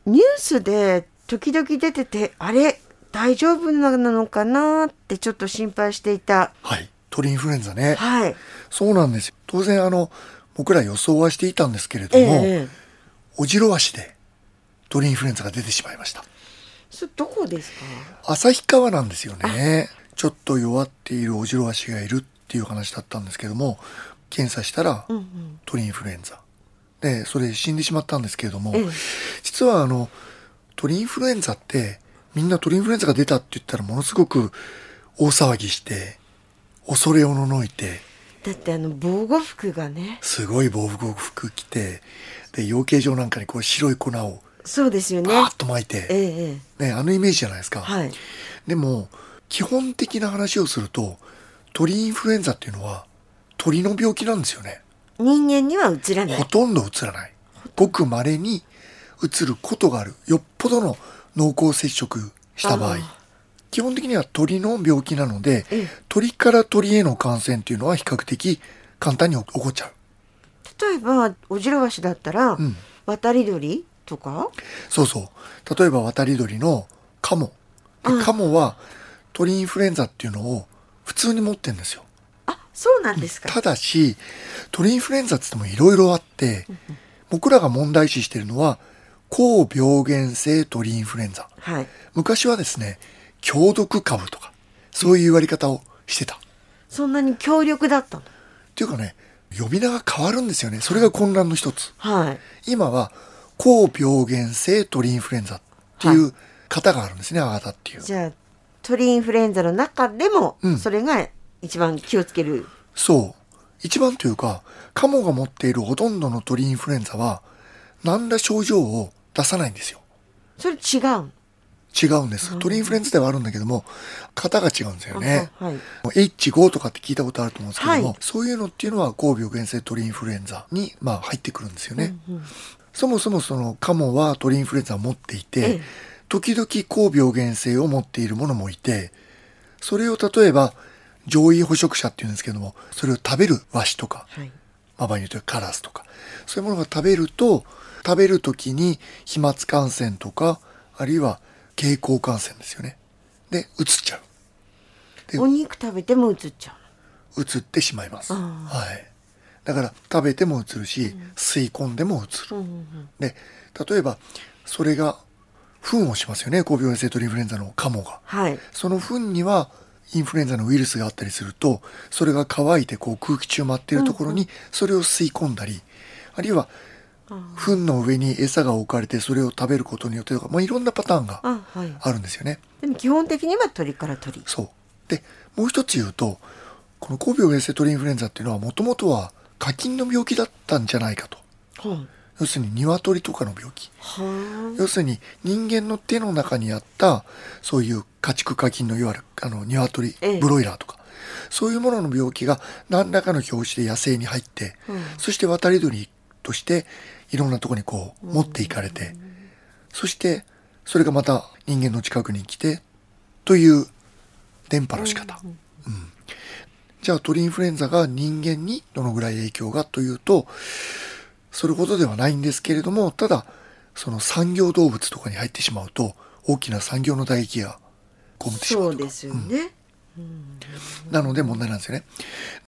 ニュースで時々出てて、あれ大丈夫なのかなってちょっと心配していた。 はい、鳥インフルエンザね。 はい。 そうなんですよ。当然僕ら予想はしていたんですけれども、オジロワシで鳥インフルエンザが出てしまいました。 それどこですか？ 旭川なんですよね。ちょっと弱っているオジロワシがいるっていう話だったんですけども、検査したら鳥インフルエンザで、それで死んでしまったんですけれども、実は鳥インフルエンザってみんな鳥インフルエンザが出たって言ったらものすごく大騒ぎして恐れおののいて、 だって防護服がね、 すごい防護服着て、で養鶏場なんかにこう白い粉をそうですよね、 バーッと巻いて、ね、あのイメージじゃないですか。 はい。 でも基本的な話をすると、鳥インフルエンザっていうのは鳥の病気なんですよね。 人間にはうつらない。 ほとんどうつらない。ごく稀にうつることがある。よっぽどの濃厚接触した場合、基本的には鳥の病気なので、鳥から鳥への感染っていうのは比較的簡単に起こっちゃう。 例えばオジロワシだったら、渡り鳥とか、 そうそう。例えば渡り鳥のカモ。カモは鳥インフルエンザっていうのを普通に持ってるんですよ。 そうなんですか。 ただし鳥インフルエンザって言ってもいろいろあって、僕らが問題視しているのは高病原性鳥インフルエンザ、昔はですね強毒株とかそういう言われ方をしてた。 そんなに強力だったの？ っていうかね、呼び名が変わるんですよね。それが混乱の一つ。今は高病原性鳥インフルエンザっていう型があるんですね。型っていう。 じゃあ鳥インフルエンザの中でも、それが一番気をつける。 そう。一番というか、カモが持っているほとんどの鳥インフルエンザは何ら症状を出さないんですよ。 それ違うんです。鳥インフルエンザではあるんだけども、型が違うんですよね。H5 とかって聞いたことあると思うんですけども、そういうのっていうのは高病原性鳥インフルエンザに入ってくるんですよね。そもそもそのカモは鳥インフルエンザを持っていて、時々高病原性を持っているものもいて、それを例えば上位捕食者っていうんですけども、それを食べるワシとか、場合によってはカラスとか、そういうものが食べると、食べる時に飛沫感染とか、あるいは経口感染ですよね。で、移っちゃう。 お肉食べても移っちゃう。移ってしまいます。だから食べても移るし、吸い込んでも移る。で、例えばそれが糞をしますよね。高病原性鳥インフルエンザのカモが。その糞にはインフルエンザのウイルスがあったりすると、それが乾いてこう空気中舞っているところにそれを吸い込んだり、あるいは糞の上に餌が置かれてそれを食べることによってとか、いろんなパターンがあるんですよね。 でも基本的には鳥から鳥。 そう。で、もう一つ言うと、この高病原性鳥インフルエンザっていうのはもともとは家禽の病気だったんじゃないかと。要するに鶏とかの病気。要するに人間の手の中にあったそういう家畜家禽のいわゆる鶏、ブロイラーとか、そういうものの病気が何らかの拍子で野生に入って、そして渡り鳥としていろんなところにこう持っていかれて、そしてそれがまた人間の近くに来てという伝播の仕方。じゃあ鳥インフルエンザが人間にどのぐらい影響がというと、それほどではないんですけれども、ただその産業動物とかに入ってしまうと大きな産業の打撃が被ってしまうとか。 そうですよね。 なので問題なんですよね。